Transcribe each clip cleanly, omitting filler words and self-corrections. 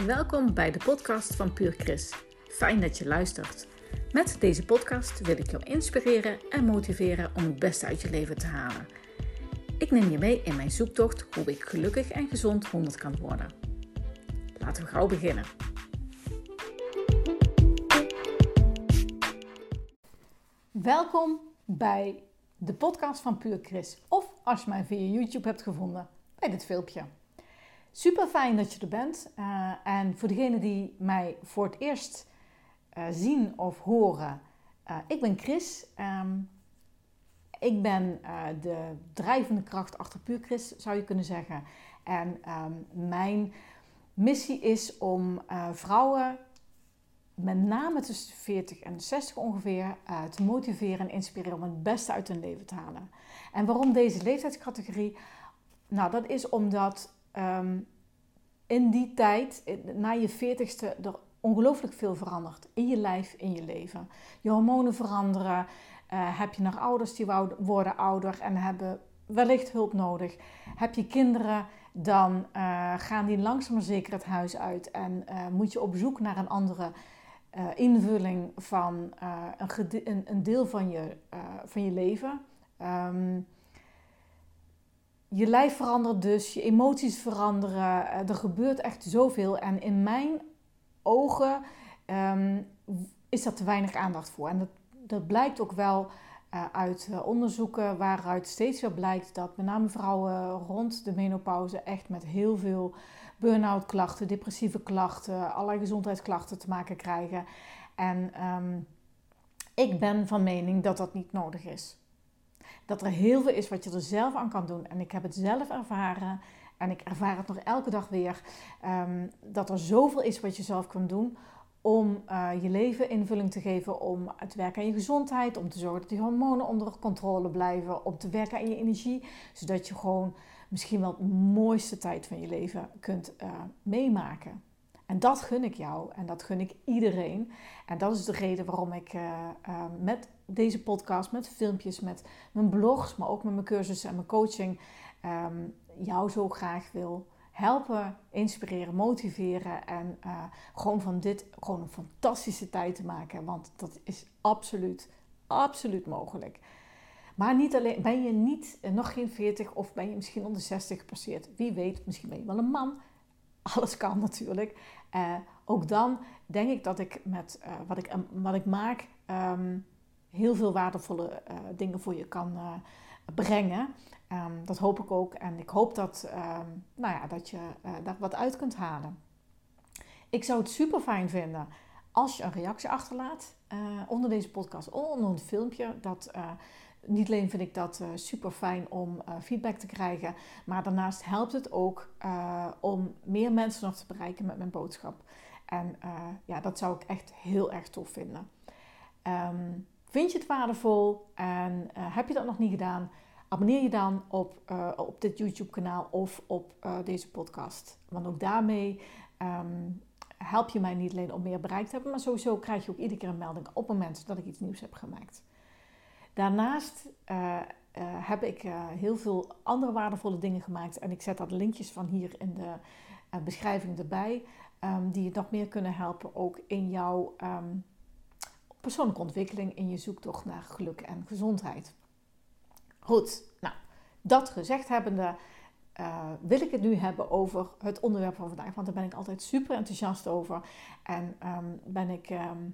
Welkom bij de podcast van Puur Chris. Fijn dat je luistert. Met deze podcast wil ik jou inspireren en motiveren om het beste uit je leven te halen. Ik neem je mee in mijn zoektocht hoe ik gelukkig en gezond 100 kan worden. Laten we gauw beginnen. Welkom bij de podcast van Puur Chris. Of als je mij via YouTube hebt gevonden, bij dit filmpje. Super fijn dat je er bent. En voor degenen die mij voor het eerst zien of horen. Ik ben Chris. Ik ben de drijvende kracht achter Puur Chris, zou je kunnen zeggen. En mijn missie is om vrouwen, met name tussen de 40 en 60 ongeveer, te motiveren en inspireren om het beste uit hun leven te halen. En waarom deze leeftijdscategorie? Nou, dat is omdat in die tijd, na je 40ste, er ongelooflijk veel verandert in je lijf, in je leven. Je hormonen veranderen. Heb je nog ouders die worden ouder en hebben wellicht hulp nodig. Heb je kinderen, dan gaan die langzaam maar zeker het huis uit. En moet je op zoek naar een andere invulling van een deel van je leven. Je lijf verandert dus, je emoties veranderen. Er gebeurt echt zoveel. En in mijn ogen is daar te weinig aandacht voor. En dat blijkt ook wel uit onderzoeken waaruit steeds weer blijkt dat met name vrouwen rond de menopauze echt met heel veel burn-out klachten, depressieve klachten, allerlei gezondheidsklachten te maken krijgen. En ik ben van mening dat dat niet nodig is. Dat er heel veel is wat je er zelf aan kan doen. En ik heb het zelf ervaren en ik ervaar het nog elke dag weer. Dat er zoveel is wat je zelf kan doen om je leven invulling te geven, om te werken aan je gezondheid, om te zorgen dat die hormonen onder controle blijven, om te werken aan je energie, zodat je gewoon misschien wel de mooiste tijd van je leven kunt meemaken. En dat gun ik jou en dat gun ik iedereen. En dat is de reden waarom ik met deze podcast, met filmpjes, met mijn blogs, maar ook met mijn cursussen en mijn coaching jou zo graag wil helpen, inspireren, motiveren en gewoon van dit gewoon een fantastische tijd te maken. Want dat is absoluut mogelijk. Maar niet alleen, ben je nog geen 40 of ben je misschien onder 60 gepasseerd. Wie weet, misschien ben je wel een man. Alles kan natuurlijk. Ook dan denk ik dat ik met wat ik maak heel veel waardevolle dingen voor je kan brengen. Dat hoop ik ook. En ik hoop dat je daar wat uit kunt halen. Ik zou het super fijn vinden als je een reactie achterlaat onder deze podcast, onder een filmpje. Niet alleen vind ik dat super fijn om feedback te krijgen, maar daarnaast helpt het ook om meer mensen nog te bereiken met mijn boodschap. En dat zou ik echt heel erg tof vinden. Vind je het waardevol en heb je dat nog niet gedaan? Abonneer je dan op dit YouTube kanaal of op deze podcast. Want ook daarmee help je mij niet alleen om meer bereik te hebben, maar sowieso krijg je ook iedere keer een melding op het moment dat ik iets nieuws heb gemaakt. Daarnaast heb ik heel veel andere waardevolle dingen gemaakt. En ik zet daar de linkjes van hier in de beschrijving erbij. Die je nog meer kunnen helpen ook in jouw persoonlijke ontwikkeling. In je zoektocht naar geluk en gezondheid. Goed, nou, dat gezegd hebbende wil ik het nu hebben over het onderwerp van vandaag. Want daar ben ik altijd super enthousiast over. En ben ik...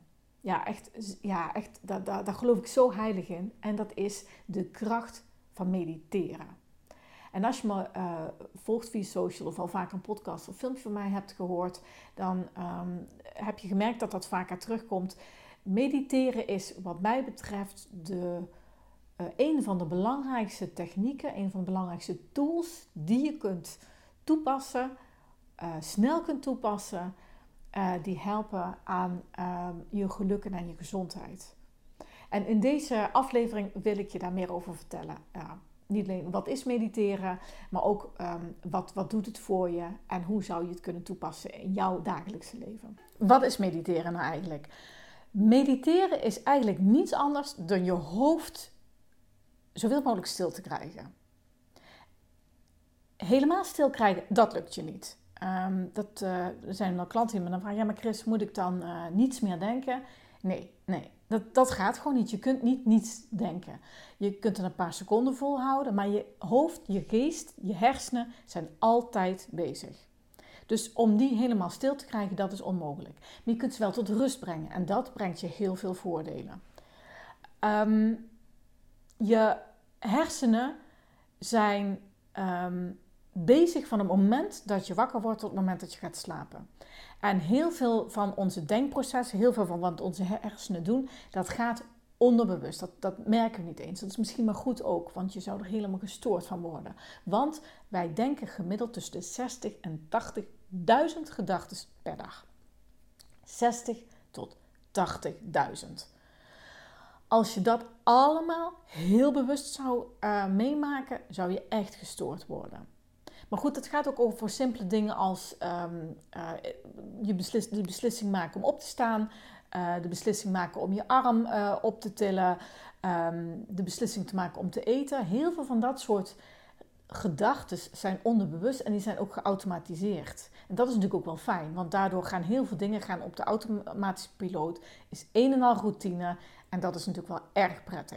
daar geloof ik zo heilig in. En dat is de kracht van mediteren. En als je me volgt via social of al vaak een podcast of filmpje van mij hebt gehoord, dan heb je gemerkt dat dat vaker terugkomt. Mediteren is wat mij betreft een van de belangrijkste technieken, een van de belangrijkste tools die je kunt toepassen, snel kunt toepassen. Die helpen aan je geluk en aan je gezondheid. En in deze aflevering wil ik je daar meer over vertellen. Niet alleen wat is mediteren, maar ook wat doet het voor je en hoe zou je het kunnen toepassen in jouw dagelijkse leven. Wat is mediteren nou eigenlijk? Mediteren is eigenlijk niets anders dan je hoofd zoveel mogelijk stil te krijgen. Helemaal stil krijgen, dat lukt je niet. Er zijn wel klanten die me dan vragen, ja maar Chris, moet ik dan niets meer denken? Nee, dat gaat gewoon niet. Je kunt niet niets denken. Je kunt het een paar seconden volhouden, maar je hoofd, je geest, je hersenen zijn altijd bezig. Dus om die helemaal stil te krijgen, dat is onmogelijk. Maar je kunt ze wel tot rust brengen en dat brengt je heel veel voordelen. Je hersenen zijn bezig van het moment dat je wakker wordt tot het moment dat je gaat slapen. En heel veel van onze denkprocessen, heel veel van wat onze hersenen doen, dat gaat onderbewust. Dat merken we niet eens. Dat is misschien maar goed ook, want je zou er helemaal gestoord van worden. Want wij denken gemiddeld tussen de 60 en 80.000 gedachten per dag. 60 tot 80.000. Als je dat allemaal heel bewust zou meemaken, zou je echt gestoord worden. Maar goed, het gaat ook over simpele dingen als de beslissing maken om op te staan, de beslissing maken om je arm op te tillen, de beslissing te maken om te eten. Heel veel van dat soort gedachten zijn onderbewust en die zijn ook geautomatiseerd. En dat is natuurlijk ook wel fijn, want daardoor gaan heel veel dingen op de automatische piloot. Is een en al routine en dat is natuurlijk wel erg prettig.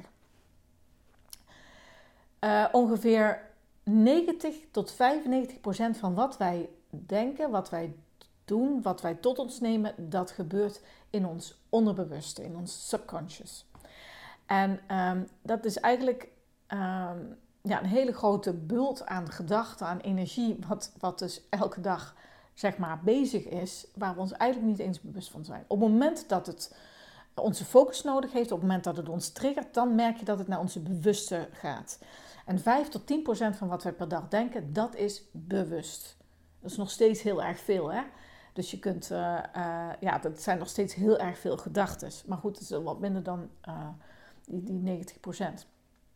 Ongeveer 90 tot 95% van wat wij denken, wat wij doen, wat wij tot ons nemen, dat gebeurt in ons onderbewuste, in ons subconscious. En dat is eigenlijk een hele grote bult aan gedachten, aan energie, wat dus elke dag zeg maar bezig is, waar we ons eigenlijk niet eens bewust van zijn. Op het moment dat het onze focus nodig heeft, op het moment dat het ons triggert, dan merk je dat het naar onze bewuste gaat. En 5 tot 10% van wat wij per dag denken, dat is bewust. Dat is nog steeds heel erg veel, hè? Dus je kunt, dat zijn nog steeds heel erg veel gedachten. Maar goed, het is wat minder dan die 90%.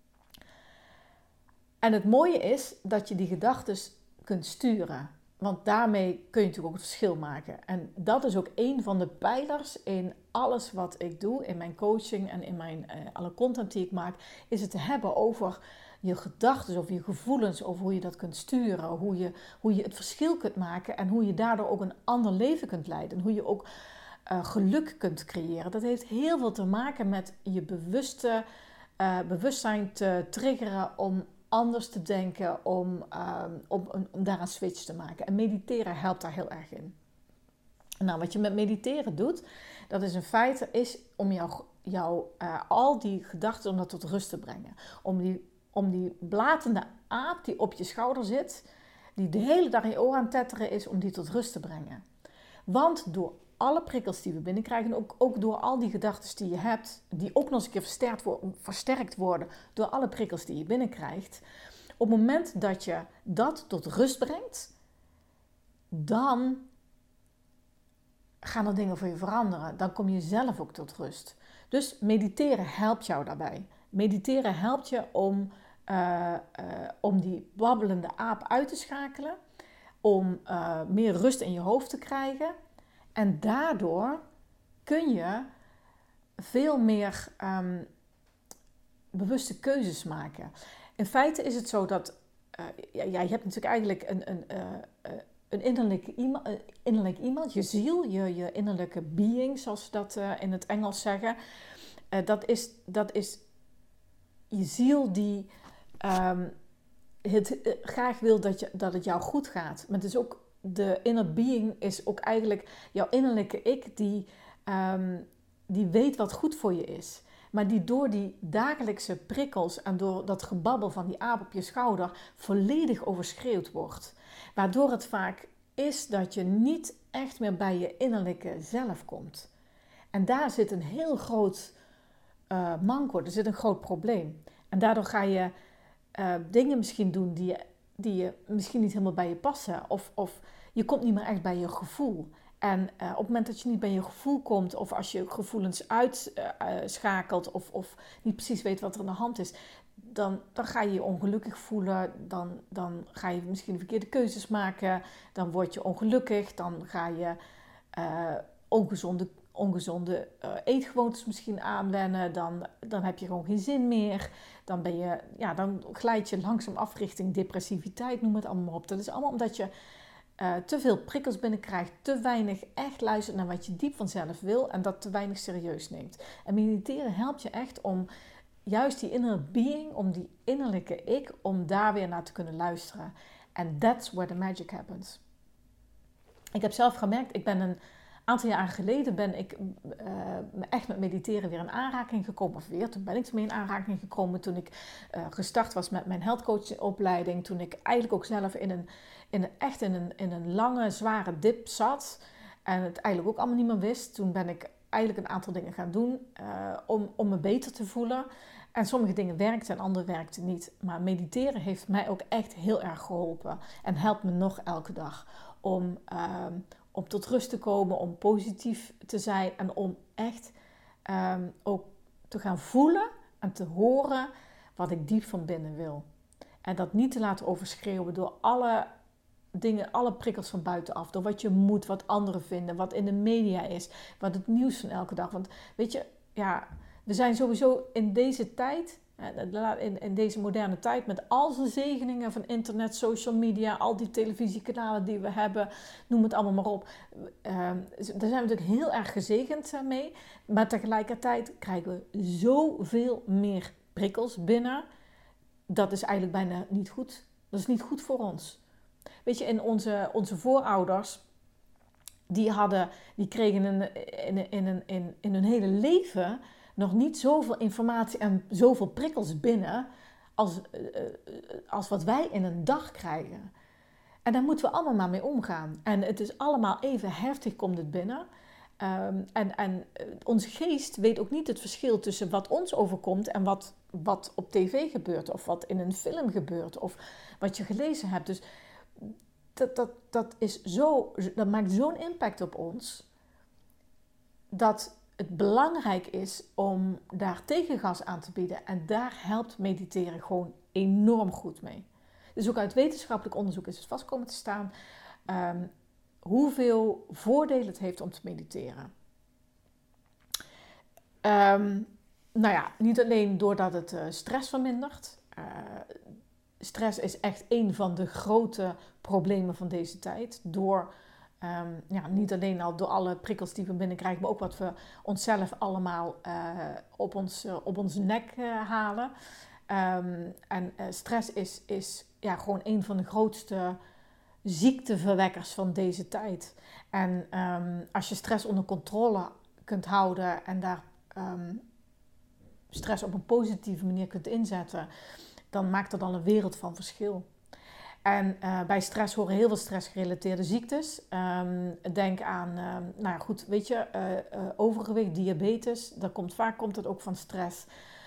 En het mooie is dat je die gedachten kunt sturen. Want daarmee kun je natuurlijk ook het verschil maken. En dat is ook een van de pijlers in alles wat ik doe, in mijn coaching en in mijn alle content die ik maak, is het te hebben over je gedachten, over je gevoelens, over hoe je dat kunt sturen, hoe je het verschil kunt maken en hoe je daardoor ook een ander leven kunt leiden. En hoe je ook geluk kunt creëren. Dat heeft heel veel te maken met je bewustzijn te triggeren om anders te denken, om daar een switch te maken. En mediteren helpt daar heel erg in. Nou, wat je met mediteren doet, dat is in feite om al die gedachten om dat tot rust te brengen. Om die blatende aap die op je schouder zit, die de hele dag in je oor aan het tetteren is, om die tot rust te brengen. Want door alle prikkels die we binnenkrijgen, ook door al die gedachten die je hebt, die ook nog eens een keer versterkt worden door alle prikkels die je binnenkrijgt, op het moment dat je dat tot rust brengt, dan gaan er dingen voor je veranderen. Dan kom je zelf ook tot rust. Dus mediteren helpt jou daarbij. Mediteren helpt je om die babbelende aap uit te schakelen, om meer rust in je hoofd te krijgen. En daardoor kun je veel meer bewuste keuzes maken. In feite is het zo dat je hebt natuurlijk eigenlijk een innerlijk iemand, je ziel, je innerlijke being, zoals ze dat in het Engels zeggen. Dat is je ziel die graag wil dat het jou goed gaat. Maar het is ook de inner being is ook eigenlijk jouw innerlijke ik die weet wat goed voor je is. Maar die door die dagelijkse prikkels en door dat gebabbel van die aap op je schouder volledig overschreeuwd wordt. Waardoor het vaak is dat je niet echt meer bij je innerlijke zelf komt. En daar zit een heel groot manko, er zit een groot probleem. En daardoor ga je dingen misschien doen die je misschien niet helemaal bij je passen. Of je komt niet meer echt bij je gevoel. En op het moment dat je niet bij je gevoel komt, of als je gevoelens uitschakelt, of niet precies weet wat er aan de hand is, dan ga je je ongelukkig voelen. Dan ga je misschien de verkeerde keuzes maken. Dan word je ongelukkig. Dan ga je ongezonde eetgewoontes misschien aanwennen. Dan heb je gewoon geen zin meer. Dan glijd je langzaam af richting depressiviteit, noem het allemaal op. Dat is allemaal omdat je te veel prikkels binnenkrijgt, te weinig echt luistert naar wat je diep vanzelf wil en dat te weinig serieus neemt. En mediteren helpt je echt om juist die inner being, om die innerlijke ik, om daar weer naar te kunnen luisteren. And that's where the magic happens. Ik heb zelf gemerkt, ik ben een aantal jaren geleden ben ik echt met mediteren weer in aanraking gekomen. Toen ben ik ermee in aanraking gekomen toen ik gestart was met mijn healthcoachopleiding. Toen ik eigenlijk ook zelf in een lange, zware dip zat. En het eigenlijk ook allemaal niet meer wist. Toen ben ik eigenlijk een aantal dingen gaan doen om me beter te voelen. En sommige dingen werkten en andere werkten niet. Maar mediteren heeft mij ook echt heel erg geholpen. En helpt me nog elke dag om tot rust te komen, om positief te zijn en om echt ook te gaan voelen en te horen wat ik diep van binnen wil. En dat niet te laten overschreeuwen door alle dingen, alle prikkels van buitenaf. Door wat je moet, wat anderen vinden, wat in de media is, wat het nieuws van elke dag. Want weet je, ja, we zijn sowieso in deze tijd, in deze moderne tijd, met al zijn zegeningen van internet, social media, al die televisiekanalen die we hebben, noem het allemaal maar op. Daar zijn we natuurlijk heel erg gezegend mee. Maar tegelijkertijd krijgen we zoveel meer prikkels binnen. Dat is eigenlijk bijna niet goed. Dat is niet goed voor ons. Weet je, in onze voorouders, die kregen in hun hele leven nog niet zoveel informatie en zoveel prikkels binnen als wat wij in een dag krijgen. En daar moeten we allemaal maar mee omgaan. En het is allemaal even heftig, komt het binnen. En onze geest weet ook niet het verschil tussen wat ons overkomt en wat op tv gebeurt. Of wat in een film gebeurt. Of wat je gelezen hebt. Dus dat maakt zo'n impact op ons. Dat het belangrijk is om daar tegengas aan te bieden. En daar helpt mediteren gewoon enorm goed mee. Dus ook uit wetenschappelijk onderzoek is het vast komen te staan hoeveel voordelen het heeft om te mediteren. Nou ja, niet alleen doordat het stress vermindert. Stress is echt een van de grote problemen van deze tijd. Niet alleen al door alle prikkels die we binnenkrijgen, maar ook wat we onszelf allemaal op onze nek halen. Stress is gewoon een van de grootste ziekteverwekkers van deze tijd. En als je stress onder controle kunt houden en daar stress op een positieve manier kunt inzetten, dan maakt dat al een wereld van verschil. En bij stress horen heel veel stressgerelateerde ziektes. Denk aan, overgewicht, diabetes. Vaak komt het ook van stress.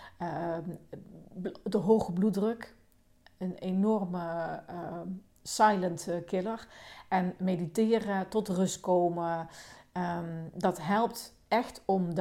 De hoge bloeddruk, een enorme silent killer. En mediteren, tot rust komen, dat helpt echt om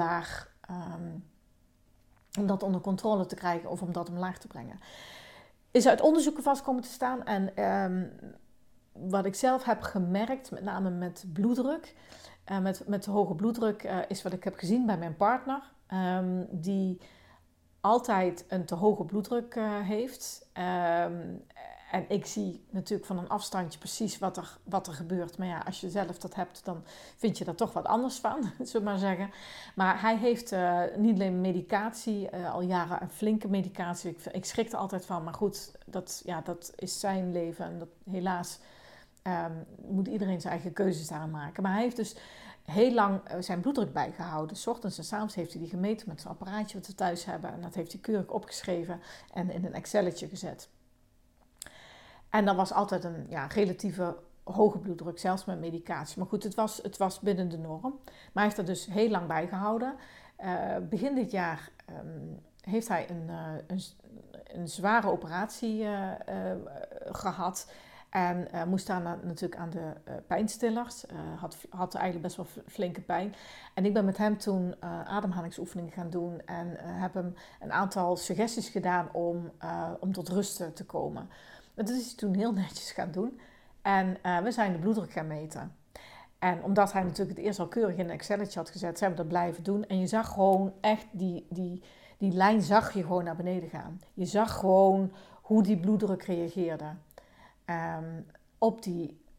dat onder controle te krijgen of om dat omlaag te brengen. Is uit onderzoeken vast komen te staan. En wat ik zelf heb gemerkt, met name met bloeddruk, met hoge bloeddruk, is wat ik heb gezien bij mijn partner. Die altijd een te hoge bloeddruk heeft. En ik zie natuurlijk van een afstandje precies wat er gebeurt. Maar ja, als je zelf dat hebt, dan vind je daar toch wat anders van, zullen we maar zeggen. Maar hij heeft niet alleen medicatie, al jaren een flinke medicatie. Ik schrik er altijd van, maar goed, dat is zijn leven. En helaas moet iedereen zijn eigen keuzes daarin maken. Maar hij heeft dus heel lang zijn bloeddruk bijgehouden. 's Ochtends en 's avonds heeft hij die gemeten met zijn apparaatje wat we thuis hebben. En dat heeft hij keurig opgeschreven en in een Excelletje gezet. En dat was altijd een relatieve hoge bloeddruk, zelfs met medicatie. Maar goed, het was binnen de norm. Maar hij heeft dat dus heel lang bijgehouden. Begin dit jaar heeft hij een zware operatie gehad. En moest daarna natuurlijk aan de pijnstillers. Had eigenlijk best wel flinke pijn. En ik ben met hem toen ademhalingsoefeningen gaan doen. En heb hem een aantal suggesties gedaan om tot rust te komen. Dat is hij toen heel netjes gaan doen. En we zijn de bloeddruk gaan meten. En omdat hij natuurlijk het eerst al keurig in een Excelletje had gezet, zijn we dat blijven doen. En je zag gewoon echt, die lijn zag je gewoon naar beneden gaan. Je zag gewoon hoe die bloeddruk reageerde op die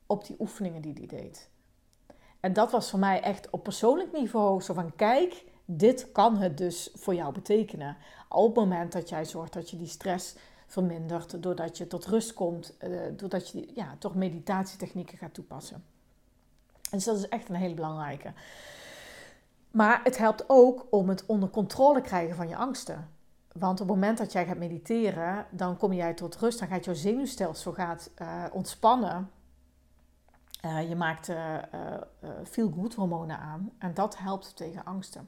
op die oefeningen die hij deed. En dat was voor mij echt op persoonlijk niveau zo van, kijk, dit kan het dus voor jou betekenen. Op het moment dat jij zorgt dat je die stress vermindert, doordat je tot rust komt, doordat je toch meditatietechnieken gaat toepassen. Dus dat is echt een hele belangrijke. Maar het helpt ook om het onder controle krijgen van je angsten. Want op het moment dat jij gaat mediteren, dan kom jij tot rust, dan gaat jouw zenuwstelsel ontspannen. Je maakt feel-good hormonen aan en dat helpt tegen angsten.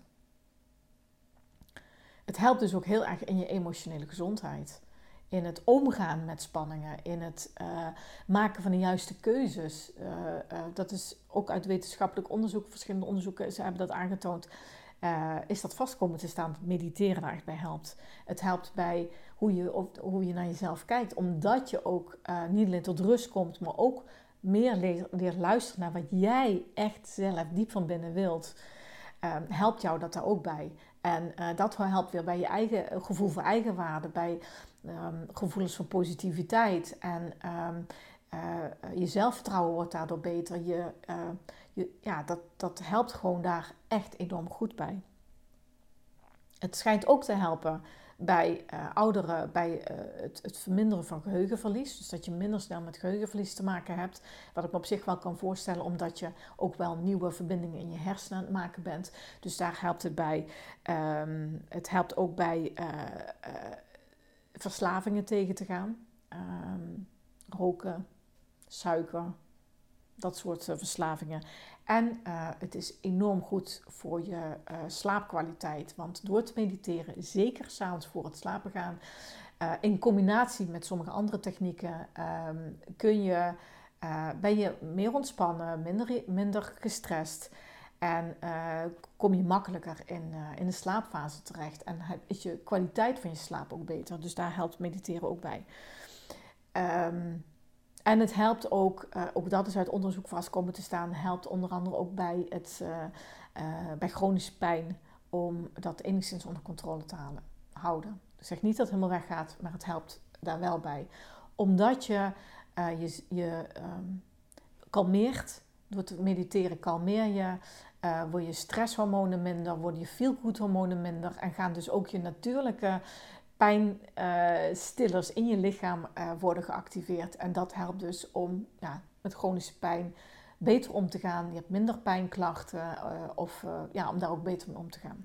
Het helpt dus ook heel erg in je emotionele gezondheid. In het omgaan met spanningen, in het maken van de juiste keuzes. Dat is ook uit wetenschappelijk onderzoek, verschillende onderzoeken, ze hebben dat aangetoond. Is dat vast komen te staan dat mediteren daar echt bij helpt. Het helpt bij hoe je naar jezelf kijkt. Omdat je ook niet alleen tot rust komt, maar ook meer leert luisteren naar wat jij echt zelf diep van binnen wilt. Helpt jou dat daar ook bij. En dat helpt weer bij je eigen gevoel voor eigenwaarde, bij gevoelens van positiviteit. En je zelfvertrouwen wordt daardoor beter. Dat helpt gewoon daar echt enorm goed bij. Het schijnt ook te helpen bij ouderen, bij het verminderen van geheugenverlies. Dus dat je minder snel met geheugenverlies te maken hebt. Wat ik me op zich wel kan voorstellen, omdat je ook wel nieuwe verbindingen in je hersenen aan het maken bent. Dus daar helpt het bij. Het helpt ook bij verslavingen tegen te gaan. Roken, suiker, dat soort verslavingen. En het is enorm goed voor je slaapkwaliteit. Want door te mediteren, zeker 's avonds voor het slapen gaan, in combinatie met sommige andere technieken, ben je meer ontspannen, minder gestrest. En kom je makkelijker in de slaapfase terecht. En is je kwaliteit van je slaap ook beter. Dus daar helpt mediteren ook bij. En het helpt ook dat is uit onderzoek vast komen te staan, helpt onder andere ook bij chronische pijn om dat enigszins onder controle te houden. Ik zeg niet dat het helemaal weggaat, maar het helpt daar wel bij. Omdat je kalmeert, door te mediteren kalmeer je, worden je stresshormonen minder, worden je feel-good hormonen minder en gaan dus ook je natuurlijke pijnstillers in je lichaam worden geactiveerd. En dat helpt dus om met chronische pijn beter om te gaan. Je hebt minder pijnklachten om daar ook beter mee om te gaan.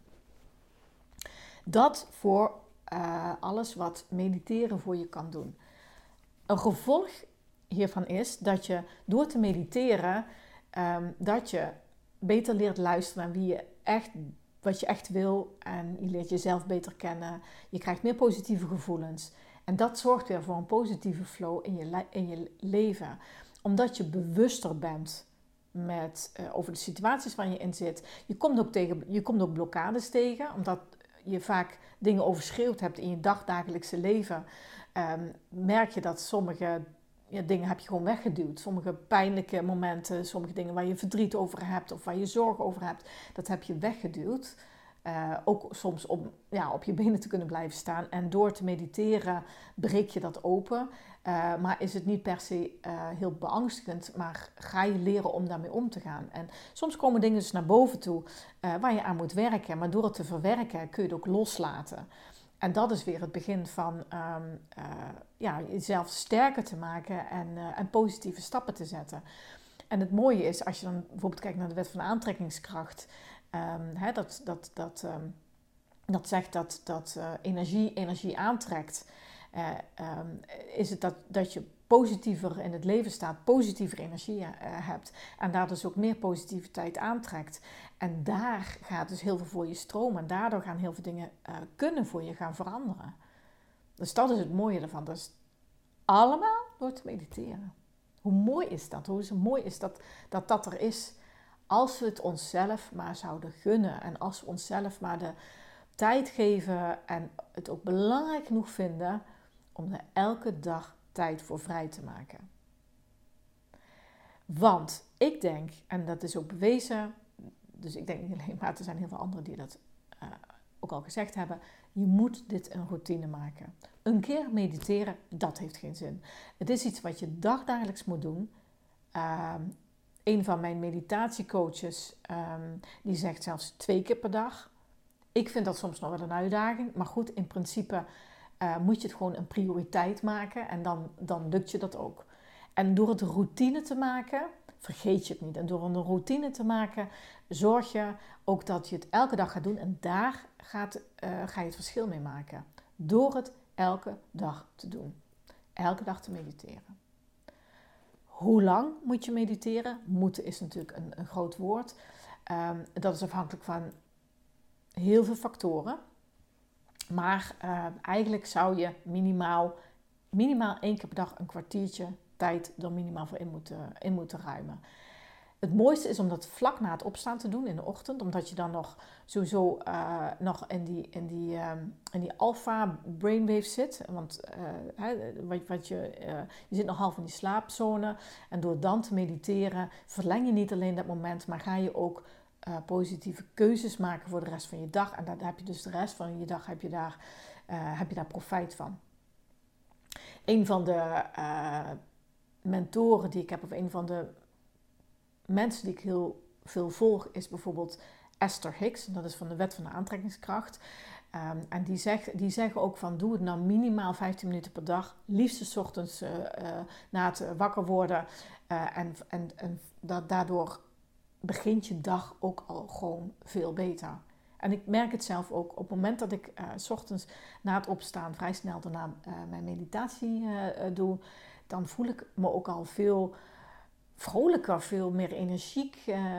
Dat voor alles wat mediteren voor je kan doen. Een gevolg hiervan is dat je door te mediteren, dat je beter leert luisteren naar wat je echt wil. En je leert jezelf beter kennen. Je krijgt meer positieve gevoelens. En dat zorgt weer voor een positieve flow in je leven. Omdat je bewuster bent over de situaties waar je in zit. Je komt ook blokkades tegen. Omdat je vaak dingen overschreeuwd hebt in je dagdagelijkse leven. Merk je dat sommige dingen heb je gewoon weggeduwd. Sommige pijnlijke momenten, sommige dingen waar je verdriet over hebt of waar je zorg over hebt, dat heb je weggeduwd. Ook soms om op je benen te kunnen blijven staan. En door te mediteren breek je dat open. Maar is het niet per se heel beangstigend, maar ga je leren om daarmee om te gaan. En soms komen dingen dus naar boven toe waar je aan moet werken. Maar door het te verwerken kun je het ook loslaten. En dat is weer het begin van jezelf sterker te maken en positieve stappen te zetten. En het mooie is, als je dan bijvoorbeeld kijkt naar de wet van de aantrekkingskracht, dat zegt dat energie aantrekt. Is het dat je positiever in het leven staat, positiever energie hebt en daar dus ook meer positiviteit aantrekt. En daar gaat dus heel veel voor je stromen en daardoor gaan heel veel dingen kunnen voor je gaan veranderen. Dus dat is het mooie ervan. Dat is allemaal door te mediteren. Hoe mooi is dat? Hoe mooi is dat er is als we het onszelf maar zouden gunnen en als we onszelf maar de tijd geven en het ook belangrijk genoeg vinden om er elke dag tijd voor vrij te maken. Want ik denk, en dat is ook bewezen, dus ik denk niet alleen maar, er zijn heel veel anderen die dat ook al gezegd hebben, je moet dit een routine maken. Een keer mediteren, dat heeft geen zin. Het is iets wat je dagdagelijks moet doen. Een van mijn meditatiecoaches, die zegt zelfs 2 keer per dag. Ik vind dat soms nog wel een uitdaging. Maar goed, in principe moet je het gewoon een prioriteit maken. En dan lukt je dat ook. En door het routine te maken, vergeet je het niet. En door een routine te maken, zorg je ook dat je het elke dag gaat doen. En daar ga je het verschil mee maken. Door het elke dag te doen. Elke dag te mediteren. Hoe lang moet je mediteren? Moeten is natuurlijk een groot woord. Dat is afhankelijk van heel veel factoren. Maar eigenlijk zou je minimaal 1 keer per dag een kwartiertje tijd er minimaal voor in moeten ruimen. Het mooiste is om dat vlak na het opstaan te doen in de ochtend. Omdat je dan nog sowieso nog in die alpha brainwave zit. Want je zit nog half in die slaapzone. En door dan te mediteren verleng je niet alleen dat moment. Maar ga je ook positieve keuzes maken voor de rest van je dag. En daar heb je dus de rest van je dag heb je daar profijt van. Een van de mentoren die ik heb, of een van de mensen die ik heel veel volg, is bijvoorbeeld Esther Hicks. En dat is van de Wet van de Aantrekkingskracht. En die zeggen ook van doe het nou minimaal 15 minuten per dag. Liefst 's ochtends na het wakker worden. Daardoor begint je dag ook al gewoon veel beter. En ik merk het zelf ook op het moment dat ik 's ochtends na het opstaan vrij snel daarna mijn meditatie doe. Dan voel ik me ook al veel vrolijker, veel meer energiek.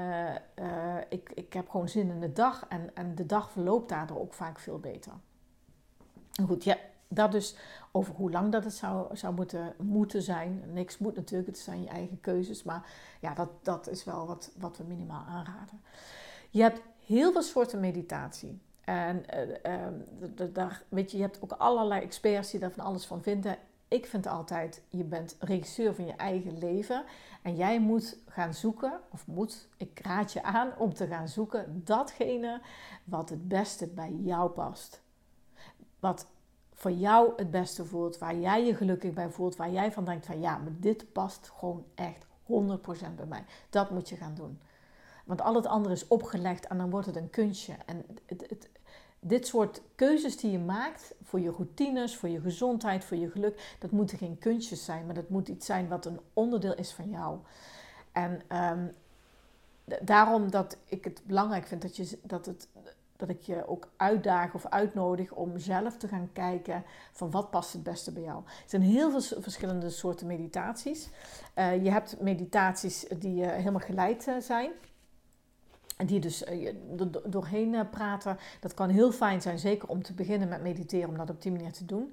Ik heb gewoon zin in de dag en de dag verloopt daardoor ook vaak veel beter. Goed, ja, dat dus over hoe lang dat het zou moeten zijn. Niks moet natuurlijk, het zijn je eigen keuzes. Maar ja, dat is wel wat we minimaal aanraden. Je hebt heel veel soorten meditatie. En weet je hebt ook allerlei experts die daar van alles van vinden. Ik vind altijd, je bent regisseur van je eigen leven. En jij moet gaan zoeken, ik raad je aan om te gaan zoeken datgene wat het beste bij jou past. Wat voor jou het beste voelt, waar jij je gelukkig bij voelt, waar jij van denkt van ja, maar dit past gewoon echt 100% bij mij. Dat moet je gaan doen. Want al het andere is opgelegd en dan wordt het een kunstje. En dit soort keuzes die je maakt voor je routines, voor je gezondheid, voor je geluk, dat moeten geen kunstjes zijn, maar dat moet iets zijn wat een onderdeel is van jou. En daarom dat ik het belangrijk vind dat ik je ook uitdaag of uitnodig om zelf te gaan kijken van wat past het beste bij jou. Er zijn heel veel verschillende soorten meditaties. Je hebt meditaties die helemaal geleid zijn. En die dus doorheen praten. Dat kan heel fijn zijn, zeker om te beginnen met mediteren, om dat op die manier te doen.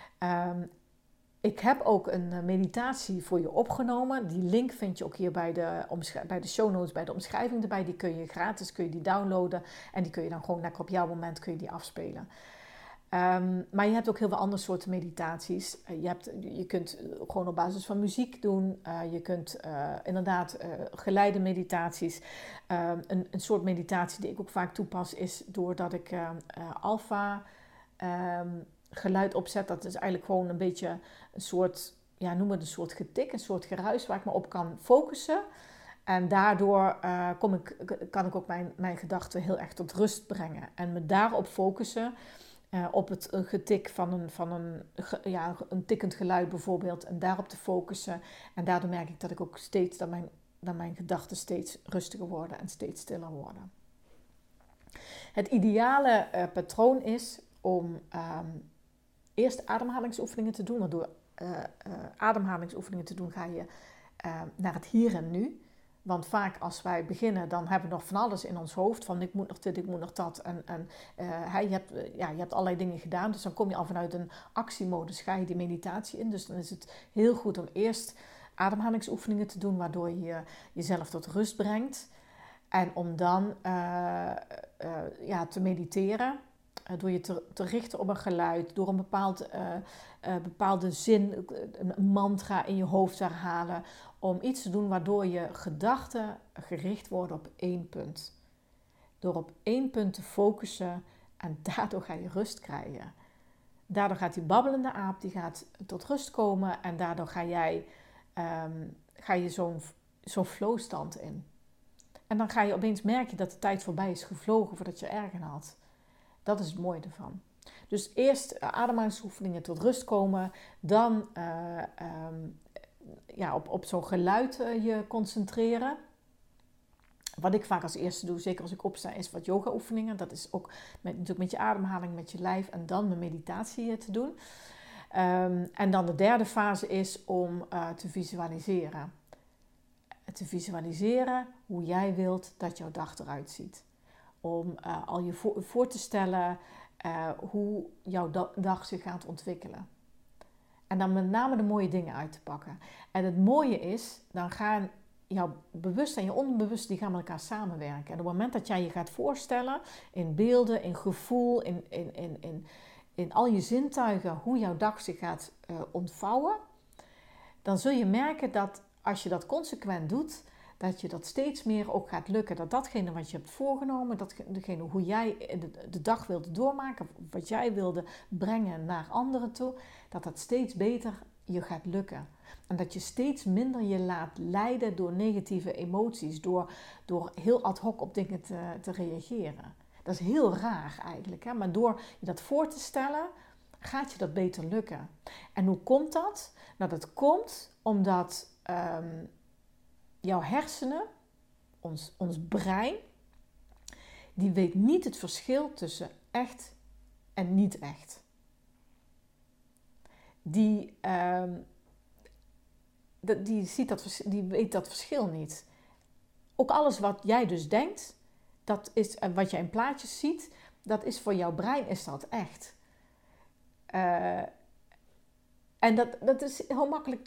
Ik heb ook een meditatie voor je opgenomen. Die link vind je ook hier bij de show notes, bij de omschrijving erbij. Die kun je gratis downloaden. En die kun je dan gewoon lekker op jouw moment afspelen. Maar je hebt ook heel veel andere soorten meditaties. Je kunt gewoon op basis van muziek doen. Je kunt inderdaad geleide meditaties. Een soort meditatie die ik ook vaak toepas is doordat ik alfa geluid opzet. Dat is eigenlijk gewoon een beetje een soort, ja, noem het een soort getik, een soort geruis waar ik me op kan focussen. En daardoor kan ik ook mijn gedachten heel erg tot rust brengen. En me daarop focussen. Op het getik van een tikkend geluid bijvoorbeeld. En daarop te focussen. En daardoor merk ik dat ik ook steeds dat mijn gedachten steeds rustiger worden en steeds stiller worden. Het ideale patroon is om eerst ademhalingsoefeningen te doen. Want door ademhalingsoefeningen te doen ga je naar het hier en nu. Want vaak als wij beginnen, dan hebben we nog van alles in ons hoofd. Van ik moet nog dit, ik moet nog dat. Je hebt allerlei dingen gedaan. Dus dan kom je al vanuit een actiemodus, ga je die meditatie in. Dus dan is het heel goed om eerst ademhalingsoefeningen te doen, waardoor je jezelf tot rust brengt. En om dan te mediteren. Door je te richten op een geluid, door een bepaalde zin, een mantra in je hoofd te herhalen. Om iets te doen waardoor je gedachten gericht worden op 1 punt. Door op 1 punt te focussen en daardoor ga je rust krijgen. Daardoor gaat die babbelende aap die gaat tot rust komen en daardoor ga je zo'n zo'n flowstand in. En dan ga je opeens merken dat de tijd voorbij is gevlogen voordat je ergen had. Dat is het mooie ervan. Dus eerst ademhalingsoefeningen tot rust komen. Dan op zo'n geluid je concentreren. Wat ik vaak als eerste doe, zeker als ik opsta, is wat yoga oefeningen. Dat is ook natuurlijk met je ademhaling, met je lijf en dan de meditatie te doen. En dan de derde fase is om te visualiseren. Te visualiseren hoe jij wilt dat jouw dag eruit ziet. Om al je voor te stellen hoe jouw dag zich gaat ontwikkelen. En dan met name de mooie dingen uit te pakken. En het mooie is, dan gaan jouw bewust en je onderbewust, die gaan met elkaar samenwerken. En op het moment dat jij je gaat voorstellen, in beelden, in gevoel, in al je zintuigen, hoe jouw dag zich gaat ontvouwen, dan zul je merken dat als je dat consequent doet, dat je dat steeds meer ook gaat lukken. Dat datgene wat je hebt voorgenomen, datgene hoe jij de dag wilde doormaken, wat jij wilde brengen naar anderen toe, dat dat steeds beter je gaat lukken. En dat je steeds minder je laat leiden door negatieve emoties, door heel ad hoc op dingen te reageren. Dat is heel raar eigenlijk, hè? Maar door je dat voor te stellen, gaat je dat beter lukken. En hoe komt dat? Nou, dat komt omdat jouw hersenen, ons brein, die weet niet het verschil tussen echt en niet echt. Die weet dat verschil niet. Ook alles wat jij dus denkt, dat is, wat jij in plaatjes ziet, dat is voor jouw brein is dat echt. En dat is heel makkelijk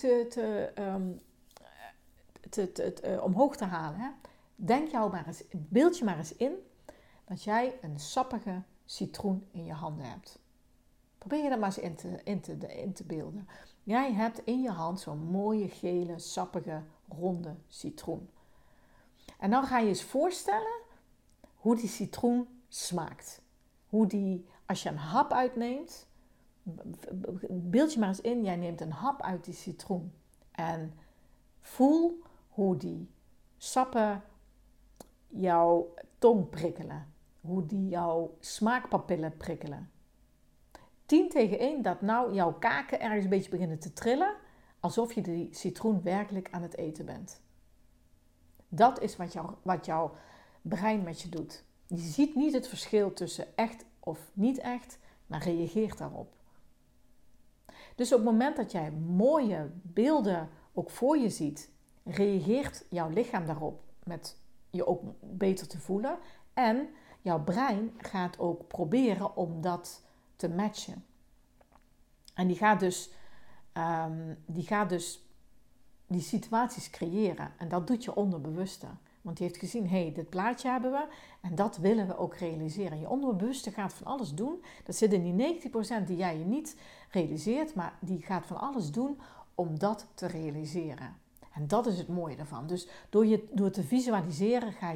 omhoog te halen. Hè? Beeld je maar eens in dat jij een sappige citroen in je handen hebt. Probeer je dat maar eens in te beelden. Jij hebt in je hand zo'n mooie, gele, sappige, ronde citroen. En dan ga je eens voorstellen hoe die citroen smaakt. Hoe die, als je een hap uitneemt, beeld je maar eens in, jij neemt een hap uit die citroen. En voel hoe die sappen jouw tong prikkelen. Hoe die jouw smaakpapillen prikkelen. 10-1 dat nou jouw kaken ergens een beetje beginnen te trillen, alsof je die citroen werkelijk aan het eten bent. Dat is wat jouw brein met je doet. Je ziet niet het verschil tussen echt of niet echt, maar reageert daarop. Dus op het moment dat jij mooie beelden ook voor je ziet, reageert jouw lichaam daarop met je ook beter te voelen. En jouw brein gaat ook proberen om dat te matchen. En die gaat dus die situaties creëren. En dat doet je onderbewuste. Want die heeft gezien, hé, dit plaatje hebben we en dat willen we ook realiseren. Je onderbewuste gaat van alles doen. Dat zit in die 90% die jij je niet realiseert, maar die gaat van alles doen om dat te realiseren. En dat is het mooie daarvan. Dus door te visualiseren ga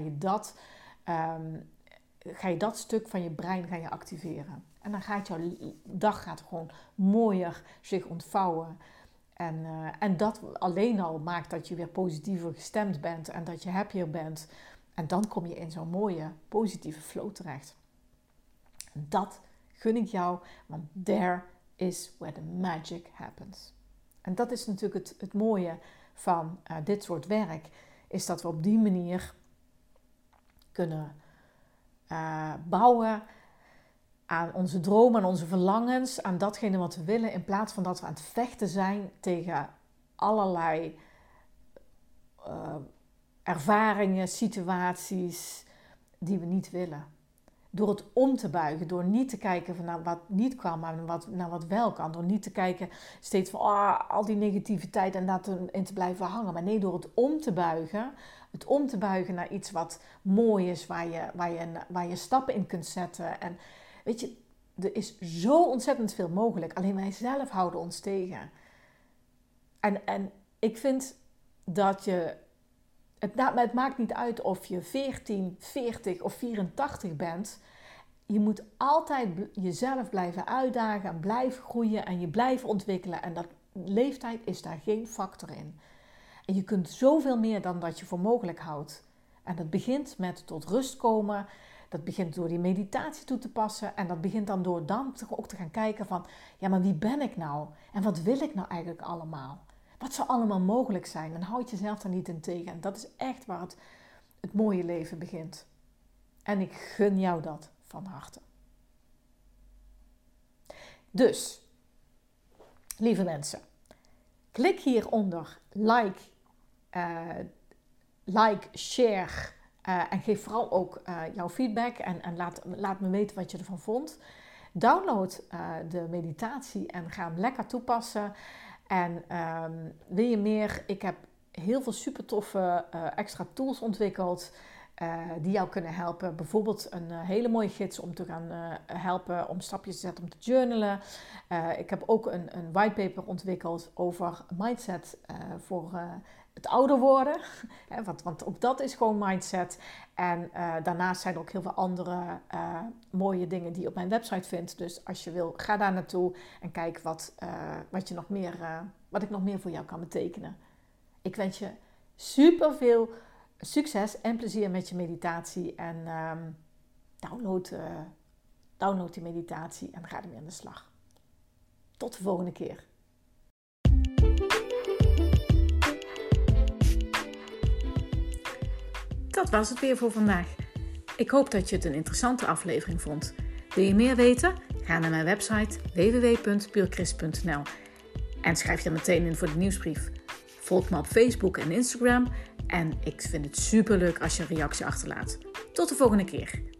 je dat stuk van je brein activeren. En dan gaat jouw dag gewoon mooier zich ontvouwen. En dat alleen al maakt dat je weer positiever gestemd bent en dat je happier bent. En dan kom je in zo'n mooie, positieve flow terecht. En dat gun ik jou, want there is where the magic happens. En dat is natuurlijk het mooie van dit soort werk, is dat we op die manier kunnen bouwen aan onze dromen, aan onze verlangens, aan datgene wat we willen, in plaats van dat we aan het vechten zijn tegen allerlei ervaringen, situaties die we niet willen. Door het om te buigen, door niet te kijken naar wat niet kwam, maar naar wat wel kan. Door niet te kijken steeds van al die negativiteit en dat in te blijven hangen. Maar nee, door het om te buigen naar iets wat mooi is, waar je stappen in kunt zetten. En weet je, er is zo ontzettend veel mogelijk. Alleen wij zelf houden ons tegen. En ik vind dat het maakt niet uit of je 14, 40 of 84 bent. Je moet altijd jezelf blijven uitdagen en blijven groeien en je blijven ontwikkelen. En dat leeftijd is daar geen factor in. En je kunt zoveel meer dan dat je voor mogelijk houdt. En dat begint met tot rust komen. Dat begint door die meditatie toe te passen. En dat begint dan door dan ook te gaan kijken van... ja, maar wie ben ik nou? En wat wil ik nou eigenlijk allemaal? Wat zou allemaal mogelijk zijn? En houd jezelf daar niet in tegen. En dat is echt waar het mooie leven begint. En ik gun jou dat van harte. Dus, lieve mensen, klik hieronder like, share en geef vooral ook jouw feedback en laat me weten wat je ervan vond. Download de meditatie en ga hem lekker toepassen. En wil je meer? Ik heb heel veel super toffe extra tools ontwikkeld die jou kunnen helpen. Bijvoorbeeld een hele mooie gids om te gaan helpen om stapjes te zetten om te journalen. Ik heb ook een whitepaper ontwikkeld over mindset voor het ouder worden. Want ook dat is gewoon mindset. En daarnaast zijn er ook heel veel andere mooie dingen die je op mijn website vindt. Dus als je wil, ga daar naartoe en kijk wat ik nog meer voor jou kan betekenen. Ik wens je super veel succes en plezier met je meditatie. En download die meditatie en ga ermee aan de slag. Tot de volgende keer. Dat was het weer voor vandaag. Ik hoop dat je het een interessante aflevering vond. Wil je meer weten? Ga naar mijn website www.purechrist.nl en schrijf je meteen in voor de nieuwsbrief. Volg me op Facebook en Instagram en ik vind het superleuk als je een reactie achterlaat. Tot de volgende keer.